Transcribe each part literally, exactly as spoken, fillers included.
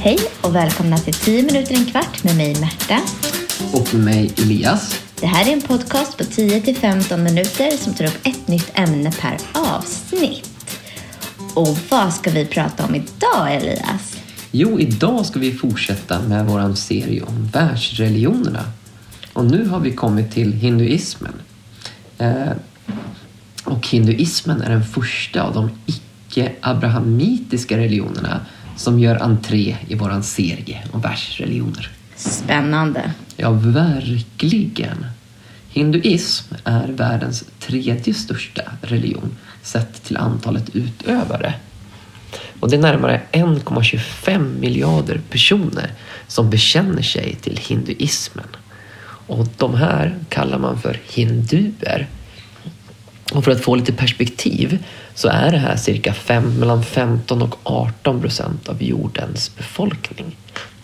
Hej och välkomna till tio minuter en kvart med mig Märta. Och med mig Elias. Det här är en podcast på tio till femton minuter som tar upp ett nytt ämne per avsnitt. Och vad ska vi prata om idag, Elias? Jo, idag ska vi fortsätta med vår serie om världsreligionerna. Och nu har vi kommit till hinduismen. Eh, och hinduismen är den första av de icke-abrahamitiska religionerna som gör entré i vår serie om världsreligioner. Spännande. Ja, verkligen. Hinduism är världens tredje största religion sett till antalet utövare. Och det är närmare en komma tjugofem miljarder personer som bekänner sig till hinduismen. Och de här kallar man för hinduer. Och för att få lite perspektiv så är det här cirka fem, mellan femton och arton procent av jordens befolkning.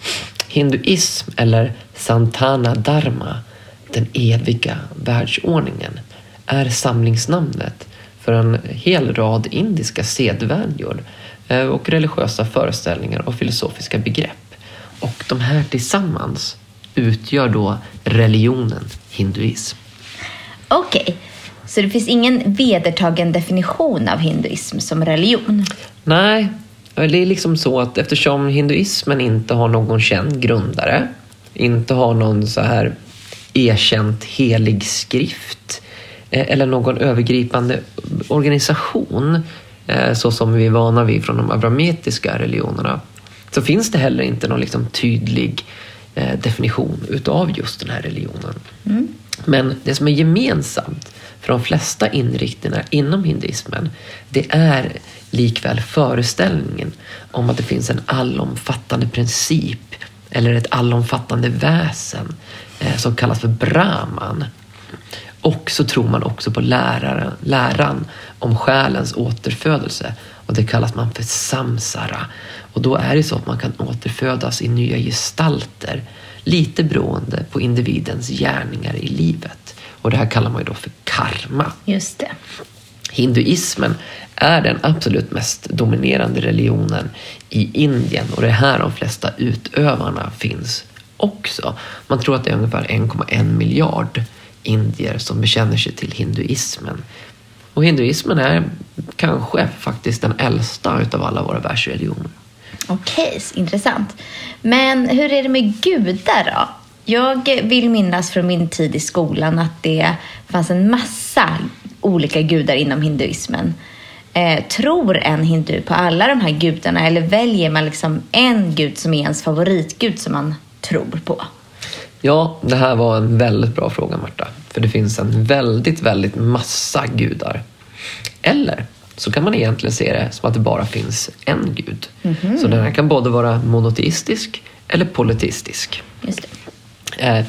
Hinduism eller Santana Dharma, den eviga världsordningen, är samlingsnamnet för en hel rad indiska sedvänjor och religiösa föreställningar och filosofiska begrepp. Och de här tillsammans utgör då religionen hinduism. Okej, okay. Så det finns ingen vedertagen definition av hinduism som religion? Nej, det är liksom så att eftersom hinduismen inte har någon känd grundare, inte har någon så här erkänt helig skrift eller någon övergripande organisation så som vi är vana vid från de abrahamitiska religionerna, så finns det heller inte någon liksom tydlig definition utav just den här religionen. Mm. Men det som är gemensamt för de flesta inriktningar inom hinduismen, det är likväl föreställningen om att det finns en allomfattande princip eller ett allomfattande väsen eh, som kallas för Brahman. Och så tror man också på läraren, läran om själens återfödelse, och det kallas man för samsara. Och då är det så att man kan återfödas i nya gestalter, lite beroende på individens gärningar i livet. Och det här kallar man ju då för karma. Just det. Hinduismen är den absolut mest dominerande religionen i Indien, och det är här de flesta utövarna finns också. Man tror att det är ungefär en komma en miljard indier som bekänner sig till hinduismen. Och hinduismen är kanske faktiskt den äldsta utav alla våra världsreligioner. Okej, intressant. Men hur är det med gudar då? Jag vill minnas från min tid i skolan att det fanns en massa olika gudar inom hinduismen. Eh, tror en hindu på alla de här gudarna, eller väljer man liksom en gud som är ens favoritgud som man tror på? Ja, det här var en väldigt bra fråga, Marta. För det finns en väldigt, väldigt massa gudar. Eller så kan man egentligen se det som att det bara finns en gud. Mm-hmm. Så den här kan både vara monoteistisk eller polyteistisk. Just det. Eh,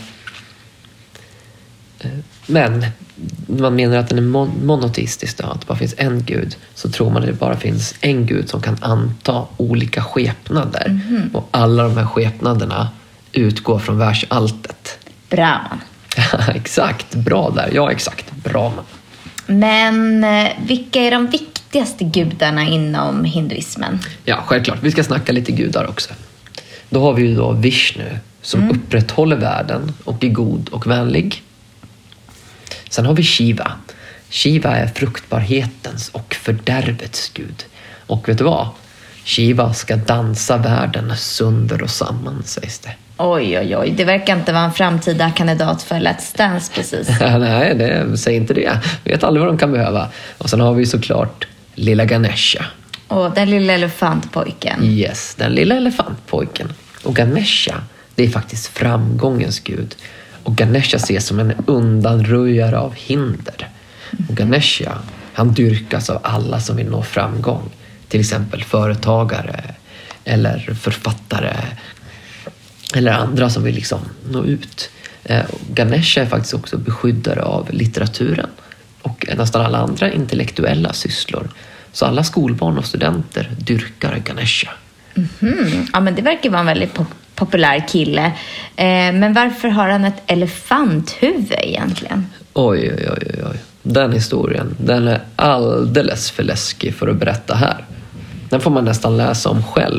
eh, men man menar att den är mon- monoteistisk då, att det bara finns en gud, så tror man att det bara finns en gud som kan anta olika skepnader. Mm-hmm. Och alla de här skepnaderna utgår från världsalltet. Brahman. Exakt, bra där. Ja, exakt, Brahman. Men vilka är de viktigaste gudarna inom hinduismen? Ja, självklart. Vi ska snacka lite gudar också. Då har vi ju då Vishnu som mm. upprätthåller världen och är god och vänlig. Sen har vi Shiva. Shiva är fruktbarhetens och fördärvets gud. Och vet du vad? Shiva ska dansa världen sönder och samman, sägs det. Oj, oj, oj. Det verkar inte vara en framtida kandidat för Let's Dance precis. Nej, det, säg inte det. Vet aldrig vad de kan behöva. Och sen har vi såklart lilla Ganesha. Och den lilla elefantpojken. Yes, den lilla elefantpojken. Och Ganesha, det är faktiskt framgångens gud. Och Ganesha ses som en undanröjare av hinder. Och Ganesha, han dyrkas av alla som vill nå framgång. Till exempel företagare eller författare eller andra som vill liksom nå ut. Eh, Ganesha är faktiskt också beskyddare av litteraturen och nästan alla andra intellektuella sysslor. Så alla skolbarn och studenter dyrkar Ganesha. Mm-hmm. Ja, men det verkar vara en väldigt pop- populär kille. Eh, men varför har han ett elefanthuvud egentligen? Oj, oj, oj, oj. Den historien, den är alldeles för läskig för att berätta här. Den får man nästan läsa om själv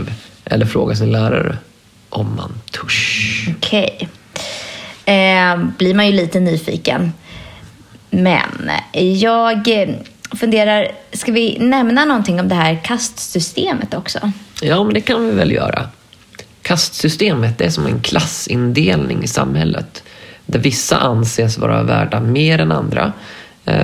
eller fråga sin lärare om man törs. Okej. Okay. Eh, blir man ju lite nyfiken. Men jag funderar, ska vi nämna någonting om det här kastsystemet också? Ja, men det kan vi väl göra. Kastsystemet är som en klassindelning i samhället. Där vissa anses vara värda mer än andra. Eh,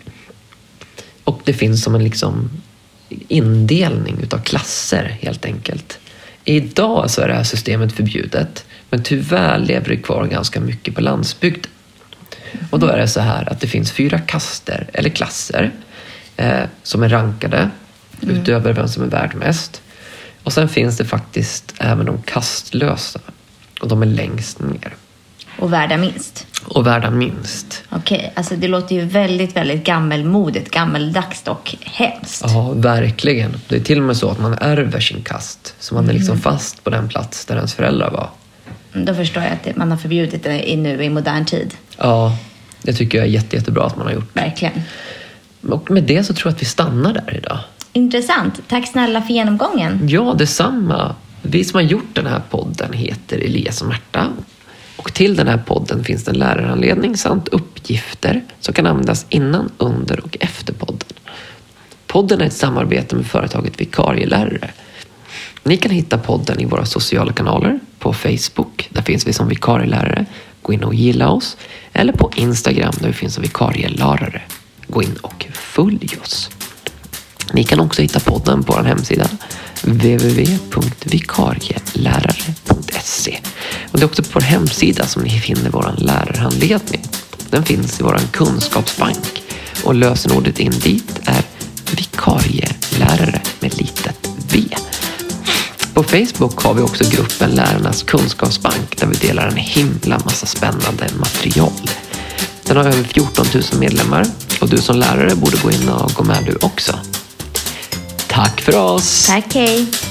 och det finns som en liksom indelning utav klasser helt enkelt. Idag så är det här systemet förbjudet. Men tyvärr lever det kvar ganska mycket på landsbygd. Och då är det så här att det finns fyra kaster eller klasser eh, som är rankade mm. utöver vem som är värd mest. Och sen finns det faktiskt även de kastlösa. Och de är längst ner. Och värda minst. Och värda minst. Okej, okay, alltså det låter ju väldigt, väldigt gammelmodigt, gammeldags och hemskt. Ja, verkligen. Det är till och med så att man ärver sin kast. Så man är liksom mm. fast på den plats där ens föräldrar var. Då förstår jag att man har förbjudit det i nu i modern tid. Ja, det tycker jag är jätte, jättebra att man har gjort. Verkligen. Och med det så tror jag att vi stannar där idag. Intressant. Tack snälla för genomgången. Ja, detsamma. Vi som har gjort den här podden heter Elias och Märta. Och till den här podden finns det en lärarhandledning samt uppgifter som kan användas innan, under och efter podden. Podden är ett samarbete med företaget Vikarielärare. Ni kan hitta podden i våra sociala kanaler. På Facebook, där finns vi som vikarielärare. Gå in och gilla oss. Eller på Instagram, där vi finns som vikarielärare. Gå in och följ oss. Ni kan också hitta podden på vår hemsida w w w punkt vikarielärare punkt se. Och det är också på vår hemsida som ni finner vår lärarhandledning. Den finns i vår kunskapsbank. Och lösenordet in dit är vikarielärare med litet v. På Facebook har vi också gruppen Lärarnas kunskapsbank där vi delar en himla massa spännande material. Den har över fjorton tusen medlemmar och du som lärare borde gå in och gå med du också. Tack för oss! Tack, hej!